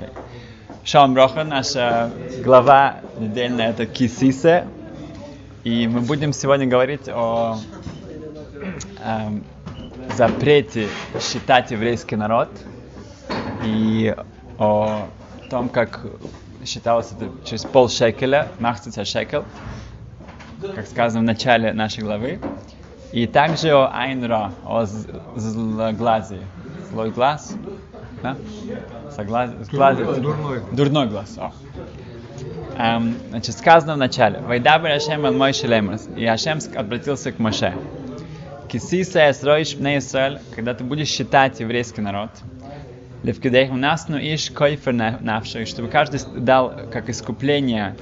Okay. Шалом броха, наша глава недельная это Кисисе, и мы будем сегодня говорить о запрете считать еврейский народ и о том, как считалось это через полшекеля, махцис шекел, как сказано в начале нашей главы, и также о айн-ра, о злоглазии, злой глаз, да? Дурной глаз. Значит, сказано в начале: «Вайдабер Ашем эл Моше леймер», и Ашем обратился к Моше: «Кисиса эсроиш бней Исраэль», когда ты будешь считать еврейский народ, левкидейху насну иш койфер навши, чтобы каждый дал как искупление,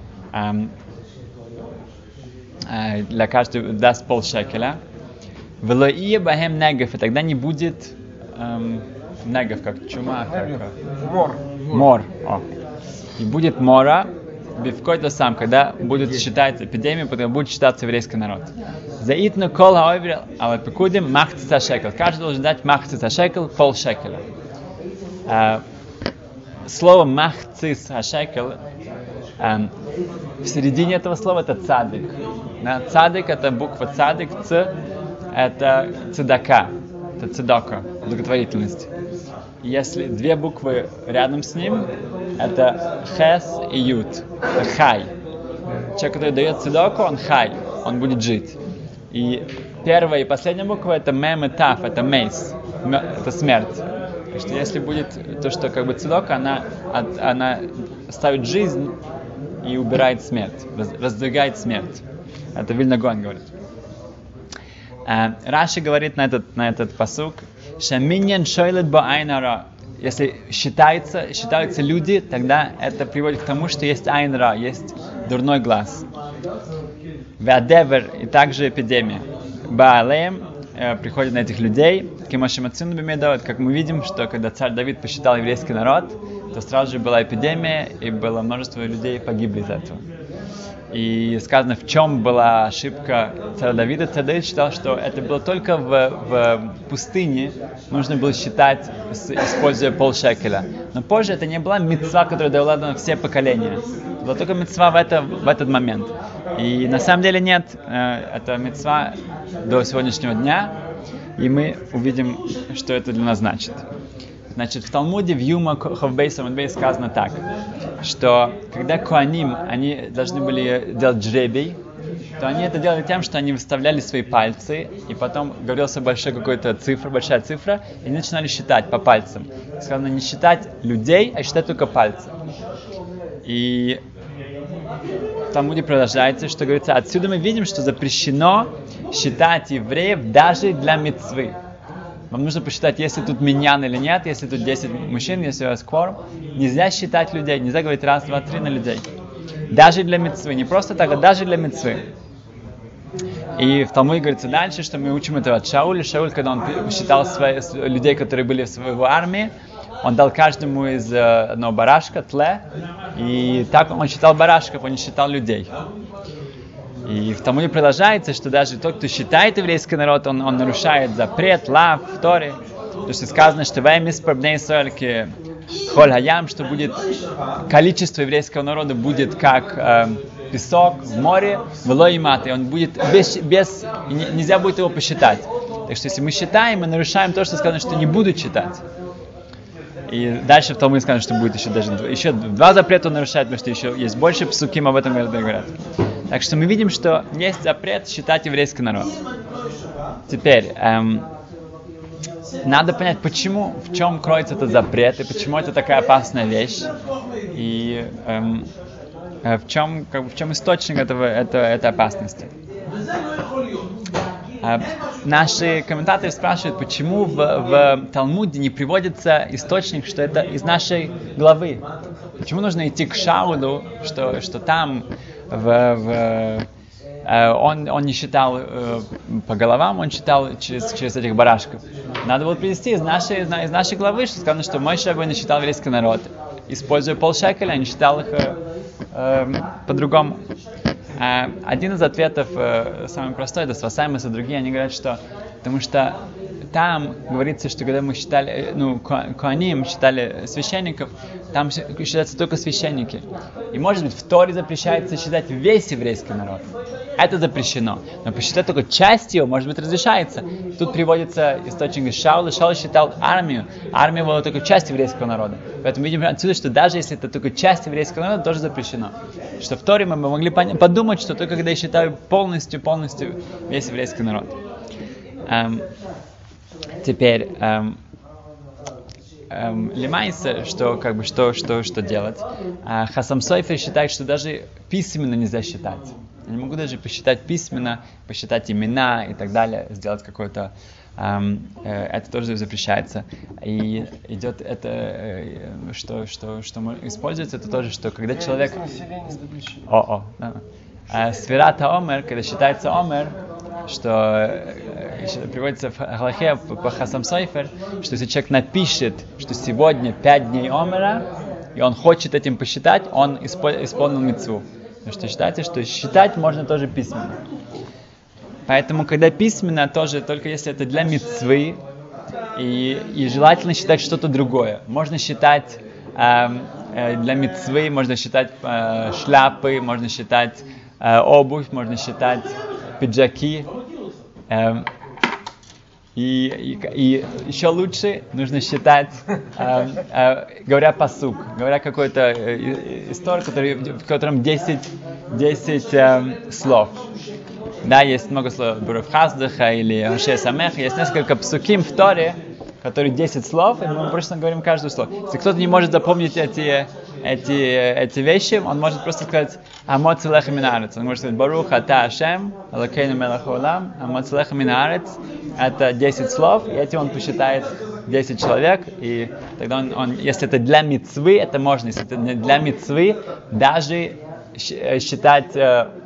для каждого даст полшекеля, велоие бахем негев, и тогда не будет негев, как чума, как мор. И будет мора, бивкой-то сам, когда будет считать эпидемию, когда будет считаться еврейский народ. Заитну кол хаовер, а пекудим махциса шекел. Каждый должен дать махциса шекел, полшекеля. Слово махцис шекел, в середине этого слова это цадик. Цадик это буква цадик, ц это цедака, это цедака, благотворительность. Если две буквы рядом с ним, это хес и ют, это хай. Человек, который дает цедаку, он хай, он будет жить. И первая и последняя буква это мем и таф, это мейс, это смерть. Потому что если будет то, что как бы цедака, она ставит жизнь и убирает смерть, раздвигает смерть. Это Вильна Гаон говорит. Раши говорит на этот пасук: «Шаминьян шойлет бо айнара». Если считаются люди, тогда это приводит к тому, что есть айнра, есть дурной глаз. Веадевер, и также эпидемия. Баалеем приходит на этих людей. Как мы видим, что когда царь Давид посчитал еврейский народ, то сразу же была эпидемия, и было множество людей погибли из этого. И сказано, в чем была ошибка царя Давида. Царь Давид считал, что это было только в пустыне, нужно было считать, используя полшекеля. Но позже это не была мицва, которая давала на все поколения. Это была только мицва в этот момент. И на самом деле нет, это мицва до сегодняшнего дня, и мы увидим, что это для нас значит. Значит, в Талмуде, в Юма Ховбей Самадбей сказано так, что когда коаним, они должны были делать жребий, то они это делали тем, что они выставляли свои пальцы, и потом говорилась большая цифра, и они начинали считать по пальцам. Сказано не считать людей, а считать только пальцы. И в Талмуде продолжается, что говорится, отсюда мы видим, что запрещено считать евреев даже для мицвы. Вам нужно посчитать, если тут миньян или нет, если тут 10 мужчин, если у вас кворум. Нельзя считать людей, нельзя говорить раз, два, три на людей. Даже для мицвы, не просто так, а даже для мицвы. И в Талмуде говорится дальше, что мы учим это от Шауля. Шауль, когда он считал людей, которые были в своей армии, он дал каждому из одного барашка, тле, и так он считал барашков, он не считал людей. И в Талмуде продолжается, что даже тот, кто считает еврейский народ, он нарушает запрет, лав, в Торе. Потому что сказано, что «Ваймис пробней сольки холь хаям», что будет количество еврейского народа будет как песок в море, вело и мат, и он будет нельзя будет его посчитать. Так что если мы считаем, мы нарушаем то, что сказано, что не будут считать. И дальше в Талмуде сказано, что будет еще два запрета он нарушает, потому что еще есть больше псуким об этом говорят. Так что мы видим, что есть запрет считать еврейский народ. Теперь, надо понять, почему, в чем кроется этот запрет, и почему это такая опасная вещь, и в чем источник этой опасности. Наши комментаторы спрашивают, почему в Талмуде не приводится источник, что это из нашей главы. Почему нужно идти к Шаулу, что там он не считал по головам, он считал через этих барашков. Надо было привести из нашей главы, что сказано, что Моше Рабейну считал еврейский народ, используя полшекеля, а не считал их по-другому. Один из ответов, самый простой, это Свасаймас и другие, они говорят, что потому что там говорится, что когда мы считали, коаним, считали священников, там считаются только священники. И может быть в Торе запрещается считать весь еврейский народ. Это запрещено. Но посчитать только часть его, может быть, разрешается. Тут приводится источник Шаула. Шаул считал армию. Армия была только часть еврейского народа. Поэтому видим отсюда, что даже если это только часть еврейского народа, тоже запрещено. Что в Торе мы могли подумать, что только когда я считаю полностью весь еврейский народ. Теперь лимайса, что делать? Хасам Сойфер считает, что даже письменно нельзя считать. Я не могу даже посчитать письменно, посчитать имена и так далее, сделать какое-то... это тоже запрещается. И идет это, что используется, это тоже, что когда человек... Сферата омер, когда считается омер, что приводится в Галахе по Хасам Сойфер, что если человек напишет, что сегодня 5 дней омера, и он хочет этим посчитать, он исполнил мицву. Потому что считается, что считать можно тоже письменно. Поэтому, когда письменно, тоже только если это для мицвы, и желательно считать что-то другое. Можно считать для мицвы, можно считать шляпы, можно считать обувь, можно считать пиджаки. И еще лучше нужно считать, говоря пасук, говоря какой-то историю, в котором 10 слов. Да, есть много слов Бурав Хаздыха или Хошея Самеха, есть несколько псуким в Торе, которые 10 слов, и мы просто говорим каждое слово. Если кто-то не может запомнить эти вещи, он может просто сказать «Амот целеха мин аарец». Он может сказать «Барух ата Ашем, Элокейну мелech хаолам, Амот целеха мин аарец». Это 10 слов, и этим он посчитает 10 человек, и тогда он если это для мицвы, это можно. Если это не для мицвы, даже считать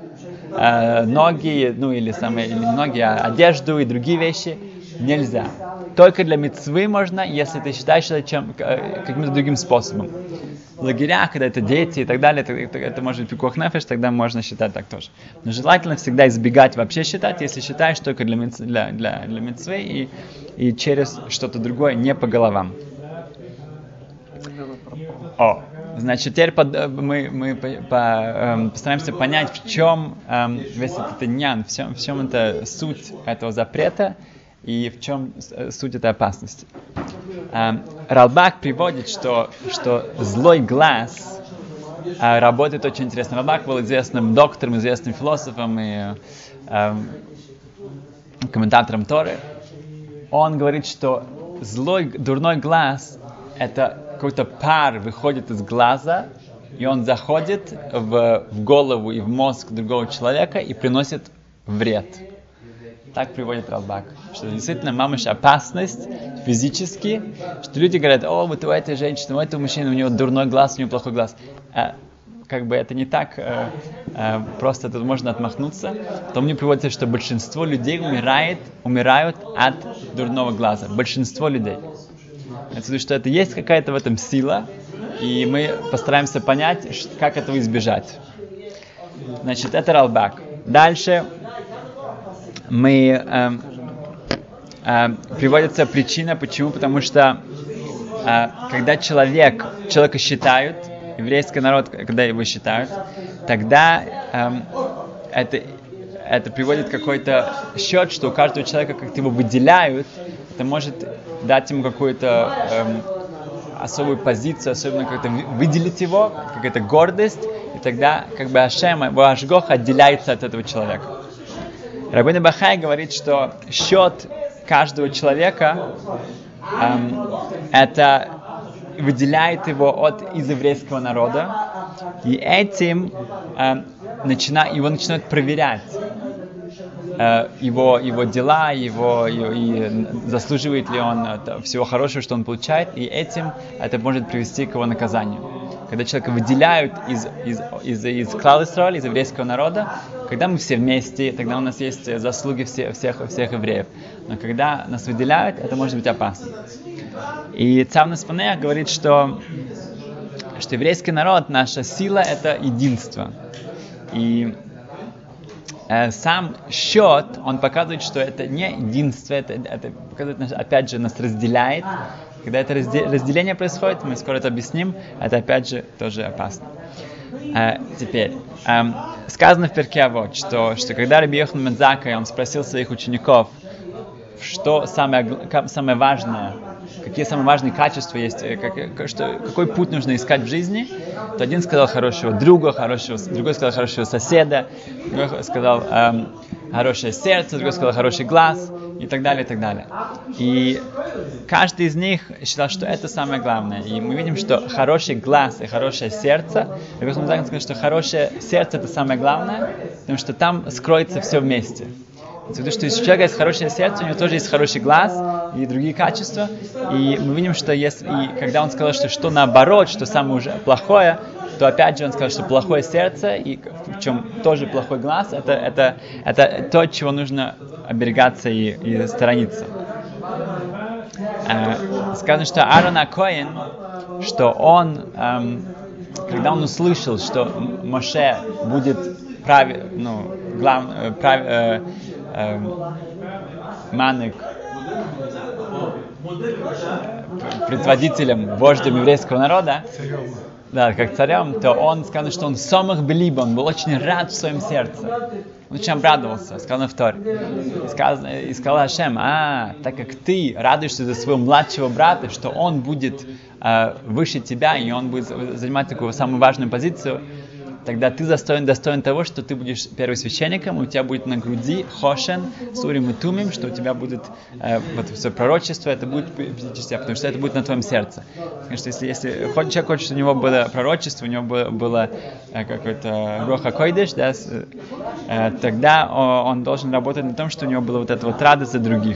ноги, или ноги, одежду и другие вещи нельзя. Только для мицвы можно, если ты считаешь это каким-то другим способом. В лагерях, когда это дети и так далее, это может быть пикуах нефеш, тогда можно считать так тоже. Но желательно всегда избегать вообще считать, если считаешь только для мицвы и через что-то другое, не по головам. Значит, теперь мы постараемся понять, в чем весь этот иньян, в чем это суть этого запрета и в чем суть этой опасности. Ралбак приводит, что злой глаз работает очень интересно. Ралбак был известным доктором, известным философом и комментатором Торы. Он говорит, что дурной глаз — это какой-то пар выходит из глаза, и он заходит в голову и в мозг другого человека и приносит вред. Так приводит Ралбак. Что действительно мамаш опасность физически, что люди говорят: вот у этой женщины, у этого мужчины, у него дурной глаз, у него плохой глаз. Это не так просто, тут можно отмахнуться. Потом мне приводится, что большинство людей умирают от дурного глаза. Большинство людей. Это что это есть какая-то в этом сила, и мы постараемся понять, как этого избежать. Значит, это Ралбак. Дальше приводится причина, почему, потому что когда человека считают, еврейский народ, когда его считают, тогда это приводит какой-то счет, что у каждого человека как-то его выделяют, это может дать ему какую-то особую позицию, особенно как-то выделить его, какая-то гордость, и тогда как бы Ашем, его Ашгох отделяется от этого человека. Рабейну Бахай говорит, что счет каждого человека это выделяет его из еврейского народа, и этим его начинают проверять. Его дела, и заслуживает ли он всего хорошего, что он получает, и этим это может привести к его наказанию. Когда человека выделяют из клал Исраэль, из еврейского народа, когда мы все вместе, тогда у нас есть заслуги всех евреев. Но когда нас выделяют, это может быть опасно. И Цав Наспанех говорит, что еврейский народ, наша сила — это единство. И сам счет, он показывает, что это не единство, это показывает, опять же, нас разделяет. Когда это разделение происходит, мы скоро это объясним, это опять же тоже опасно. Теперь, сказано в Перке Авот, что когда Раби Йохан бен Заккай, он спросил своих учеников, что самое важное, какие самые важные качества есть, какой путь нужно искать в жизни, то один сказал хорошего друга, другой сказал хорошего соседа, другой сказал хорошее сердце, другой сказал хороший глаз, и так далее, и так далее. И каждый из них считал, что это самое главное. И мы видим, что хороший глаз и хорошее сердце, Раби Йохан бен Заккай сказал, что хорошее сердце это самое главное, потому что там скроется все вместе. Потому что если у человека есть хорошее сердце, у него тоже есть хороший глаз и другие качества. И мы видим, что когда он сказал, что наоборот, что самое уже плохое, то опять же он сказал, что плохое сердце, и в чем тоже плохой глаз, это то, от чего нужно оберегаться и сторониться. Сказано, что Аарон а-Коэн, что он, когда он услышал, что Моше будет Манек предводителем, вождем еврейского народа, да, как царем, то он сказал, что он самых белиб, он был очень рад в своем сердце. Он очень обрадовался, сказал на Торе. И сказал Ашем, так как ты радуешься за своего младшего брата, что он будет выше тебя, и он будет занимать такую самую важную позицию, тогда ты достоин того, что ты будешь первосвященником, и у тебя будет на груди хошен с урим и тумим, что у тебя будет все пророчество, это будет физически, потому что это будет на твоем сердце. Потому что если человек хочет, чтобы у него было пророчество, у него было какой-то руах ха-койдеш, да, тогда он должен работать на том, что у него была вот эта вот радость за других.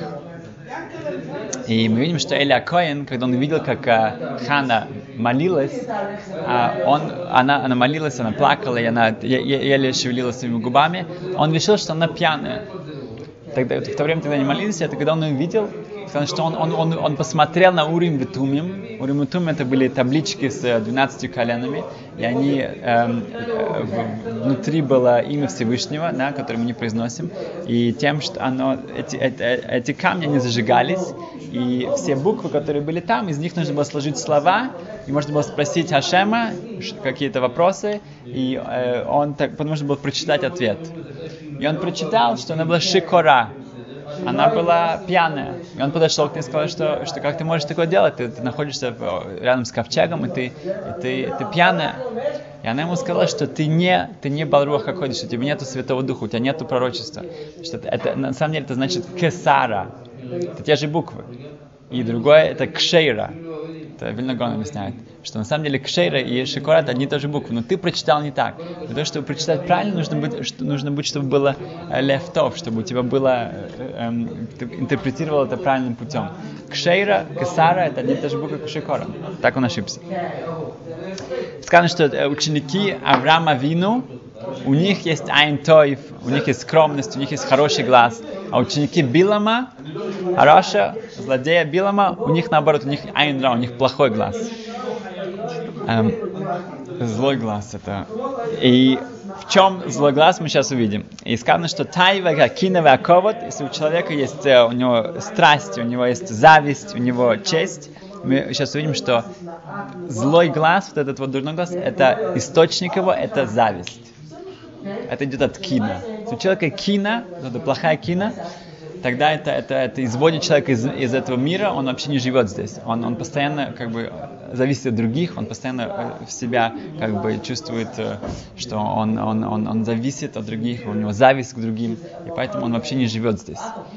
И мы видим, что Эли а-Коэн, когда он увидел, как Хана молилась, она молилась, она плакала, и она еле шевелила своими губами, он решил, что она пьяная. Тогда, в то время, когда они молились, это когда он увидел, сказал, что он посмотрел на Урим и Тумим. Урим и Тумим это были таблички с 12 коленами, и они внутри было имя Всевышнего, да, которое мы не произносим, и тем, что эти камни они зажигались, и все буквы, которые были там, из них нужно было сложить слова, и можно было спросить Ашема какие-то вопросы, и нужно было прочитать ответ. И он прочитал, что она была шикора. Она была пьяная. И он подошел к ней и сказал, что как ты можешь такое делать? Ты находишься рядом с ковчегом, и ты пьяная. И она ему сказала, что ты не Бал-Руах ха-Койдеш, что у тебя нету Святого Духа, у тебя нету пророчества. Что это, на самом деле это значит кесара. Это те же буквы. И другое это кшейра. Это Вильна Гаон объясняет, что на самом деле кшейра и шикора это одни и те же буквы, но ты прочитал не так. Для того, чтобы прочитать правильно, нужно быть, чтобы было лефтов, чтобы у тебя было, ты интерпретировал это правильным путем. Кшейра, кесара это одни и те же буквы, как шикора. Так он ошибся. Сказано, что ученики Авраама Авину, у них есть айн тойв, у них есть скромность, у них есть хороший глаз. А ученики Билама, Араша, злодея Билама, у них наоборот, у них айн ра, у них плохой глаз. Злой глаз это. И в чем злой глаз, мы сейчас увидим. И сказано, что тайва, кинова, ковод, если у человека есть, у него страсть, у него есть зависть, у него честь, мы сейчас увидим, что злой глаз, вот этот вот дурной глаз, это источник его, это зависть. Это идет от кина. Если у человека кина, это плохая кина, тогда это изводит человека из этого мира, он вообще не живет здесь. Он постоянно зависит от других, он постоянно в себя чувствует, что он зависит от других, у него зависть к другим, и поэтому он вообще не живет здесь.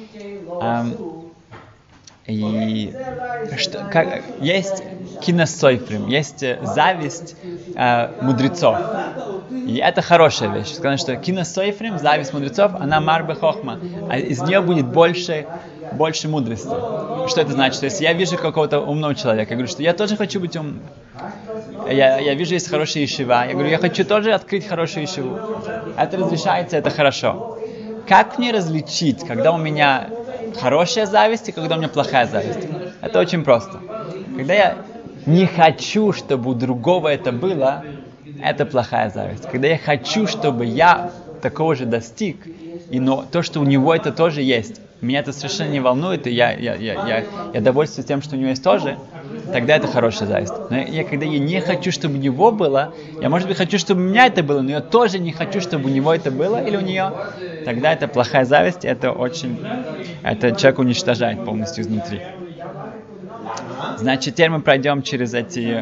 И есть киносойфрим, есть зависть мудрецов. И это хорошая вещь. Сказано, что киносойфрим, зависть мудрецов, она марбе хохма. А из нее будет больше мудрости. Что это значит? То есть я вижу какого-то умного человека, я говорю, что я тоже хочу быть умным. Я вижу, есть хорошая ешива. Я говорю, я хочу тоже открыть хорошую ешиву. Это разрешается, это хорошо. Как мне различить, когда у меня хорошая зависть и когда у меня плохая зависть? Это очень просто. Когда я не хочу, чтобы у другого это было, это плохая зависть. Когда я хочу, чтобы я такого же достиг, но то, что у него это тоже есть, меня это совершенно не волнует, и я довольствуюсь тем, что у него есть тоже, тогда это хорошая зависть. Но когда я не хочу, чтобы у него было, я, может быть, хочу, чтобы у меня это было, но я тоже не хочу, чтобы у него это было или у нее, тогда это плохая зависть, это человек уничтожает полностью изнутри. Значит, теперь мы пройдем через эти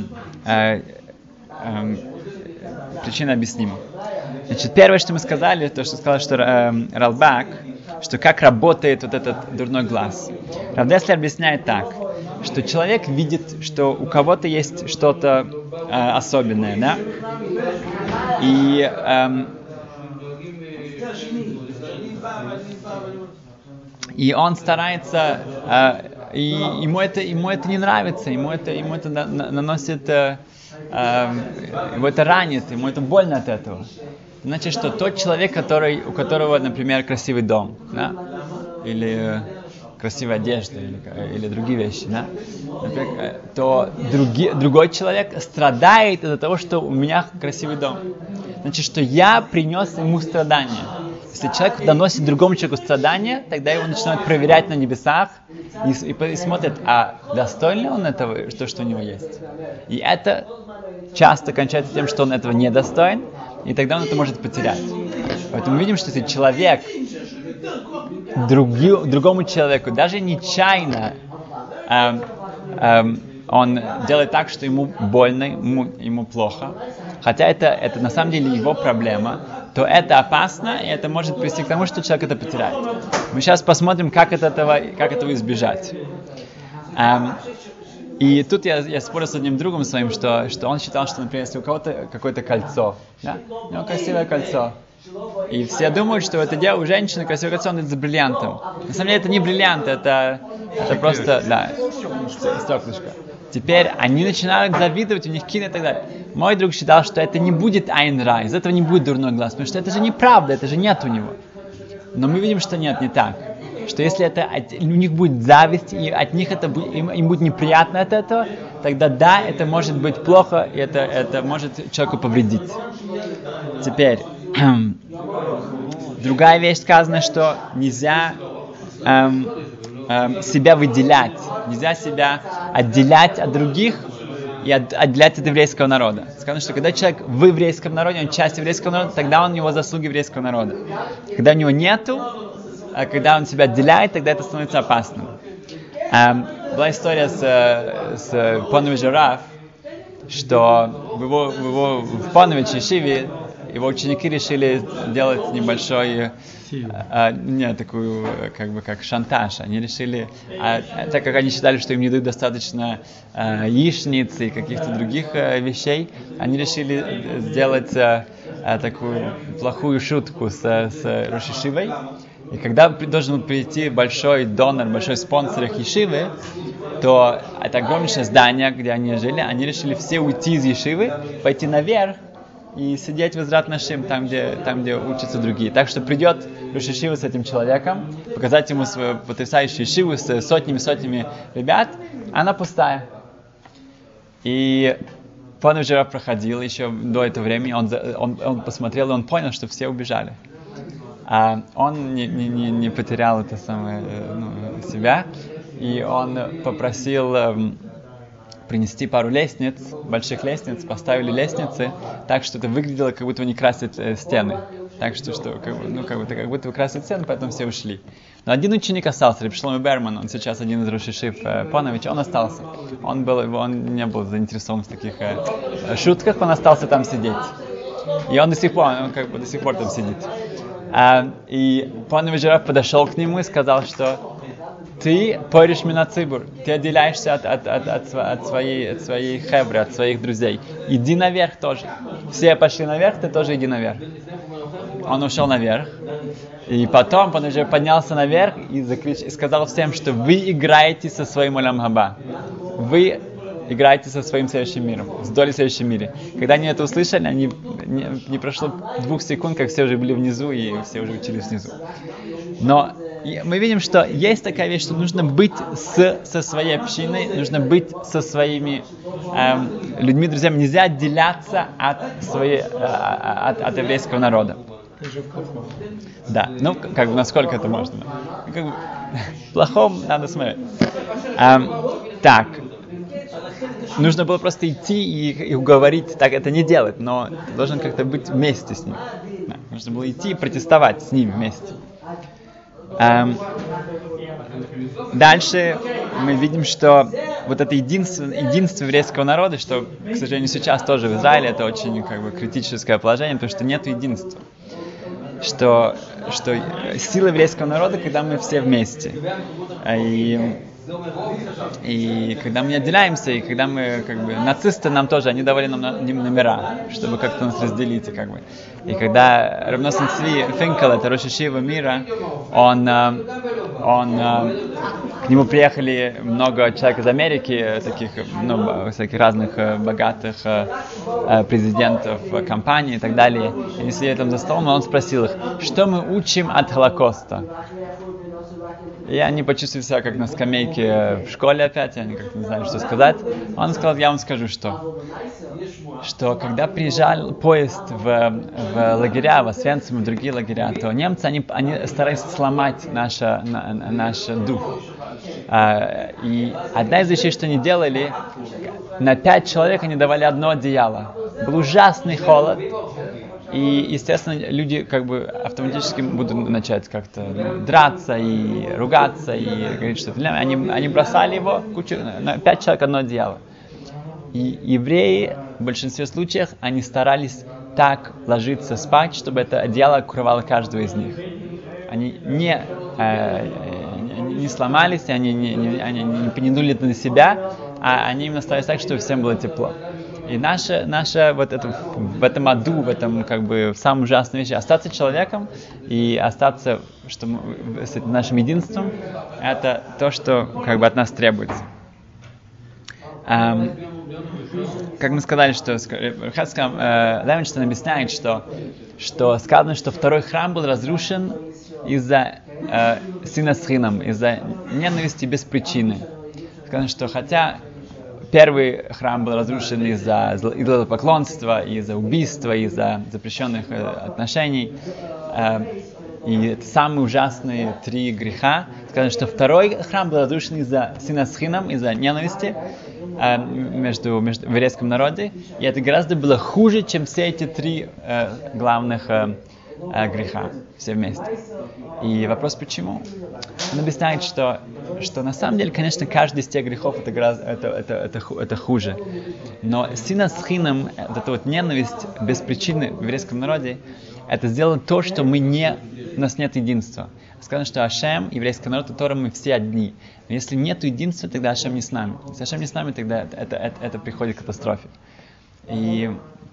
причины, объясним. Значит, первое, что мы сказали, то, что сказал, что Ралбак, что как работает вот этот дурной глаз. Рав Деслер объясняет так, что человек видит, что у кого-то есть что-то особенное, да? И он старается, и ему это не нравится, ему это наносит, его это ранит, ему это больно от этого. Значит, что тот человек, у которого, например, красивый дом, да? Или красивая одежда, или другие вещи, да? Например, то другой человек страдает из-за того, что у меня красивый дом. Значит, что я принес ему страдания. Если человек доносит другому человеку страдания, тогда его начинают проверять на небесах и смотрят, а достоин ли он этого, что у него есть. И это часто кончается тем, что он этого не достоин, и тогда он это может потерять. Поэтому мы видим, что если человек другому человеку, даже нечаянно, он делает так, что ему больно, ему плохо, хотя это на самом деле его проблема, то это опасно, и это может привести к тому, что человек это потеряет. Мы сейчас посмотрим, как этого избежать. И тут я спорил с одним другом своим, что он считал, что, например, если у кого-то какое-то кольцо, да? У него красивое кольцо, и все думают, что это у женщины красивое кольцо, он это с бриллиантом. На самом деле это не бриллиант, это просто, да, стеклышко. Теперь они начинают завидовать, у них кин и так далее. Мой друг считал, что это не будет айн-ра, из этого не будет дурной глаз, потому что это же неправда, это же нет у него. Но мы видим, что нет, не так. Что если у них будет зависть, и от них им будет неприятно от этого, тогда да, это может быть плохо, и это может человеку повредить. Теперь, другая вещь сказана, что нельзя себя выделять, нельзя себя отделять от других и отделять от еврейского народа. Сказано, что когда человек в еврейском народе, он часть еврейского народа, тогда у него заслуги еврейского народа. Когда у него нету, а когда он себя отделяет, тогда это становится опасным. Была история с Поновичем Рав, что в Поновиче Ешиве его ученики решили делать небольшой, такую, как шантаж. Они решили, так как они считали, что им не дают достаточно яичниц и каких-то других вещей, они решили сделать такую плохую шутку с Рош Ешивой. И когда должен был прийти большой донор, большой спонсор их Ешивы, то это огромнейшее здание, где они жили, они решили все уйти из Ешивы, пойти наверх и сидеть в Эзрат Нашим, там, где учатся другие. Так что придет Рош Ешива с этим человеком, показать ему свою потрясающую Ешиву с сотнями ребят, она пустая. И Понович Рав проходил еще до этого времени, он посмотрел, и он понял, что все убежали. Он не потерял это самое, себя, и он попросил принести пару лестниц, больших лестниц, поставили лестницы, так что это выглядело, как будто они красят стены. Так что как будто красят стены, поэтому все ушли. Но один ученик остался, Реб Шломо Берман, он сейчас один из Рош Ешив Понович, он остался. Он не был заинтересован в таких шутках, он остался там сидеть. И он до сих пор там сидит. И Понович Рав подошел к нему и сказал, что ты поришь меня цибур, ты отделяешься от своей хевры, от своих друзей. Иди наверх тоже. Все пошли наверх, ты тоже иди наверх. Он ушел наверх, и потом Понович Рав поднялся наверх и сказал всем, что вы играете со своим Олам Хаба. Вы играете со своим следующим миром, с долей в следующем мире. Когда они это услышали, не прошло 2 секунд, как все уже были внизу, и все уже учились внизу. Но мы видим, что есть такая вещь, что нужно быть со своей общиной, нужно быть со своими людьми, друзьями. Нельзя отделяться от еврейского народа. Даже в плохом. Да, ну, как бы, насколько это можно. Как бы, в плохом надо смотреть. Так, нужно было просто идти и уговорить, так это не делать, но ты должен как-то быть вместе с ним. Да, нужно было идти и протестовать с ним вместе. Дальше мы видим, что вот это единство еврейского народа, что, к сожалению, сейчас тоже в Израиле это очень как бы критическое положение, потому что нет единства. Что сила еврейского народа, когда мы все вместе. И когда мы не отделяемся, и когда мы, как бы, нацисты нам тоже, они давали нам номера, чтобы как-то нас разделить, как бы. И когда Рав Носон Цви Финкел, это Рош ха-Йешива мира, к нему приехали много человек из Америки, таких, всяких разных богатых президентов компаний и так далее. И они сидели там за столом, и он спросил их, что мы учим от Холокоста? И они почувствовали себя как на скамейке в школе опять, они как-то не знали, что сказать. Он сказал, я вам скажу, что когда приезжал поезд в лагеря, в Освенцим и в другие лагеря, то немцы, они старались сломать наш дух. И одна из вещей, что они делали, на 5 человек они давали одно одеяло. Был ужасный холод. И, естественно, люди как бы автоматически будут начать как-то драться и ругаться, и говорить, что это они бросали его, на 5 человек одно одеяло. И евреи в большинстве случаев, они старались так ложиться спать, чтобы это одеяло укрывало каждого из них. Они не сломались, они не поненули это на себя, а они именно старались так, чтобы всем было тепло. И наша вот это, в этом аду, в этом как бы самой ужасной вещи, остаться человеком и остаться с нашим единством, это то, что как бы от нас требуется. Как мы сказали, что Левинштейн объясняет, что сказано, что второй храм был разрушен из-за синас хинам, из-за ненависти без причины. Сказано, что хотя первый храм был разрушен из-за идолопоклонства, из-за убийства, из-за запрещенных отношений. И это самые ужасные 3 греха. Сказано, что второй храм был разрушен из-за синас хинам, из-за ненависти между в еврейском народе. И это гораздо было хуже, чем все эти 3 главных греха, все вместе. И вопрос почему? Он объясняет, что на самом деле, конечно, каждый из тех грехов это хуже. Но синас хинам, вот эта вот ненависть без причины в еврейском народе, это сделало то, что у нас нет единства. Сказано, что Ашем, еврейский народ, у которого мы все одни. Но если нет единства, тогда Ашем не с нами. Если Ашем не с нами, тогда это приходит к катастрофе. И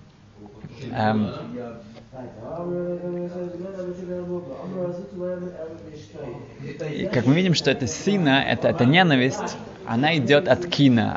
как мы видим, что это сина, это ненависть, она идет от кина,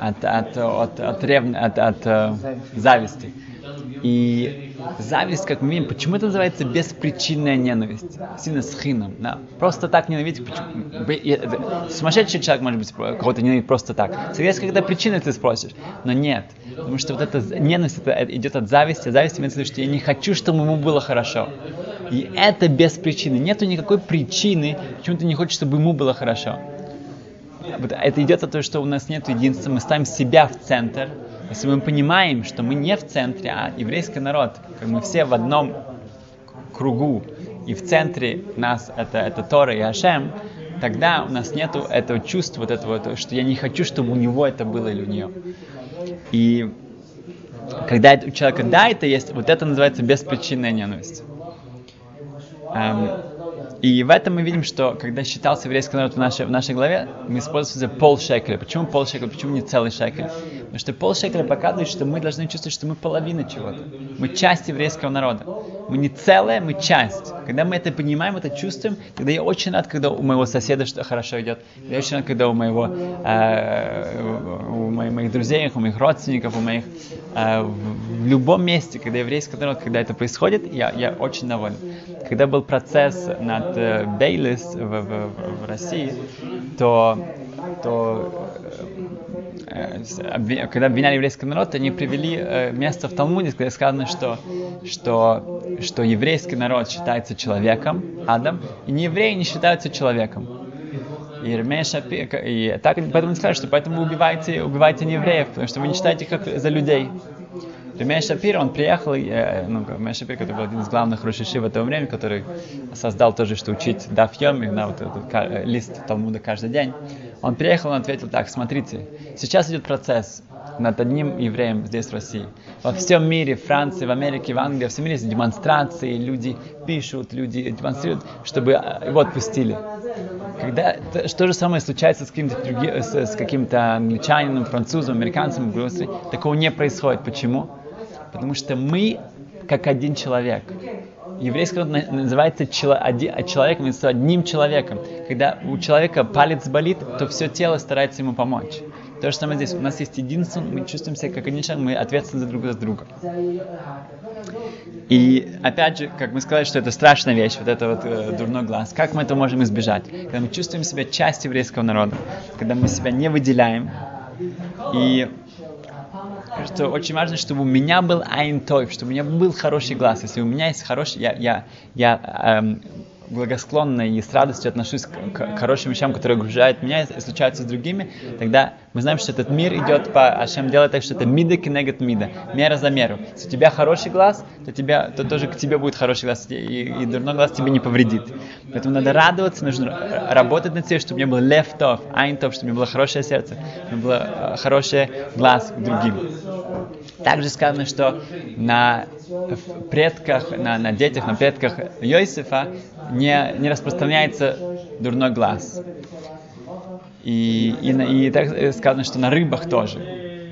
от зависти. И зависть, как мы видим, почему это называется беспричинная ненависть? Синас хинам. Да. Просто так ненавидеть. Сумасшедший человек, может быть, кого-то ненавидит просто так. Есть когда причины ты спросишь, но нет. Потому что вот эта ненависть идет от зависти. Зависть имеется в виду, что я не хочу, чтобы ему было хорошо. И это без причины. Нету никакой причины, почему ты не хочешь, чтобы ему было хорошо. Это идет от того, что у нас нет единства, мы ставим себя в центр. Если мы понимаем, что мы не в центре, а еврейский народ, как мы все в одном кругу, и в центре нас это Тора и Ашем, тогда у нас нету этого чувства, вот этого, что я не хочу, чтобы у него это было или у нее. И когда у человека это есть, вот это называется беспричинная ненависть. И в этом мы видим, что когда считался еврейский народ в нашей главе, мы используем полшекеля. Почему полшекеля? Почему не целый шекель? Потому что полшекеля показывает, что мы должны чувствовать, что мы половина чего-то. Мы часть еврейского народа. Мы не целая, мы часть. Когда мы это понимаем, это чувствуем, тогда я очень рад, когда у моего соседа что хорошо идет. Я очень рад, когда у моих друзей, у моих родственников, в любом месте, когда еврейский народ, когда это происходит, я очень доволен. Когда был процесс над Бейлис в России, то когда обвиняли еврейский народ, они привели место в Талмуде, где сказано, что еврейский народ считается человеком, Адам, и неевреи не считаются человеком. И Ремей Шапир, и так, поэтому они сказали, что поэтому вы убиваете неевреев, потому что вы не считаете их как за людей. Ремей Шапир, он приехал, Ремей Шапир, который был один из главных рушиши в это время, который создал тоже, что учить Даф Йоми, вот этот лист Талмуда каждый день. Он приехал, он ответил так: смотрите, сейчас идет процесс над одним евреем здесь, в России. Во всем мире, в Франции, в Америке, в Англии, во всем мире есть демонстрации, люди пишут, люди демонстрируют, чтобы его отпустили. Когда что же самое случается с каким-то англичанином, французом, американцем, такого не происходит. Почему? Потому что мы как один человек. Еврейский народ называется человеком, одним человеком. Когда у человека палец болит, то все тело старается ему помочь. То же самое здесь. У нас есть единство, мы чувствуем себя как один человек, мы ответственны друг за друга. И опять же, как мы сказали, что это страшная вещь, вот это вот дурной глаз. Как мы это можем избежать? Когда мы чувствуем себя частью еврейского народа, когда мы себя не выделяем. И что очень важно, чтобы у меня был айн тойв, чтобы у меня был хороший глаз. Если у меня есть хороший, я благосклонно и с радостью отношусь к хорошим вещам, которые окружают меня и случаются с другими, тогда мы знаем, что этот мир идет по... Ашем делает так, что это мида кенегет мида, мера за меру. Если у тебя хороший глаз, то тоже к тебе будет хороший глаз, и дурной глаз тебе не повредит. Поэтому надо радоваться, нужно работать над тем, чтобы у меня был лев тов, айн тов, чтобы у меня было хорошее сердце, чтобы у меня было хороший глаз к другим. Также сказано, что на предках, на детях, на предках Йосефа не распространяется дурной глаз. И так сказано, что на рыбах тоже.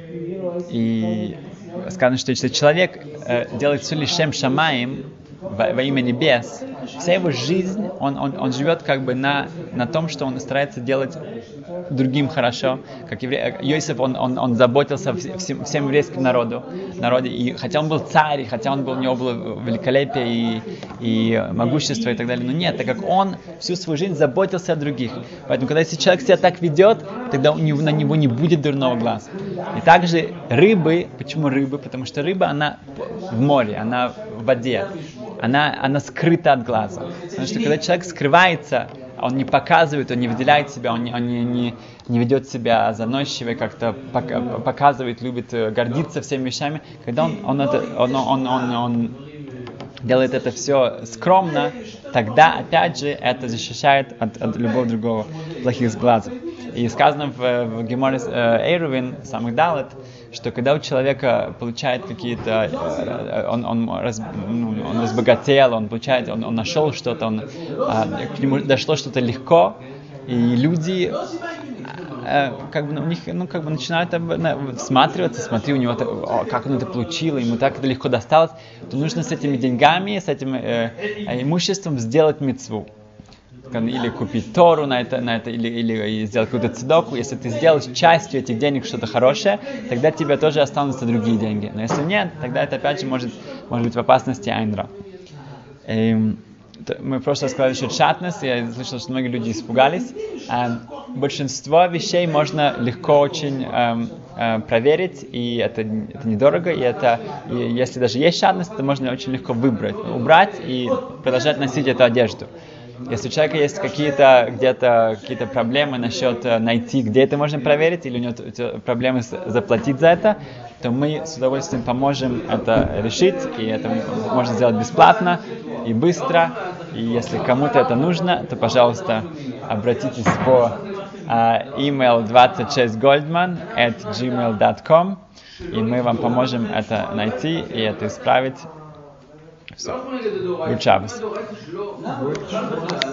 И сказано, что если человек делает все лишем шамаим, во имя небес, вся его жизнь, он живет как бы на том, что он старается делать другим хорошо. Как Йосеф, он заботился всем еврейским народе, и хотя он был царь, и хотя у него было великолепие и могущество и так далее, но нет, так как он всю свою жизнь заботился о других. Поэтому, когда если человек себя так ведет, тогда на него не будет дурного глаза. И также рыбы, почему рыбы? Потому что рыба, она в море, она в воде. Она скрыта от глаза. Потому что когда человек скрывается, он не показывает, он не выделяет себя, он не ведет себя заносчиво, как-то показывает, любит гордиться всеми вещами. Когда он делает это все скромно, тогда, опять же, это защищает от любого другого плохих глазов. И сказано в Геморе Эйрувин, самых Далет, что когда у человека получает какие-то, он разбогател, он нашел что-то, к нему дошло что-то легко, и люди у них начинают всматриваться, смотри, у него как он это получил, ему так это легко досталось, то нужно с этими деньгами, с этим имуществом сделать мицву. Или купить Тору на это или сделать какую-то цедоку. Если ты сделаешь частью этих денег что-то хорошее, тогда тебе тоже останутся другие деньги. Но если нет, тогда это опять же может быть в опасности айнра. Мы в прошлый раз сказали еще шатнес, я слышал, что многие люди испугались. Большинство вещей можно легко очень проверить, и это недорого, и если даже есть шатнес, то можно очень легко убрать и продолжать носить эту одежду. Если у человека есть какие-то проблемы насчет найти, где это можно проверить, или у него проблемы заплатить за это, то мы с удовольствием поможем это решить, и это можно сделать бесплатно и быстро. И если кому-то это нужно, то, пожалуйста, обратитесь по email 26goldman@gmail.com, и мы вам поможем это найти и это исправить. Все. Good job.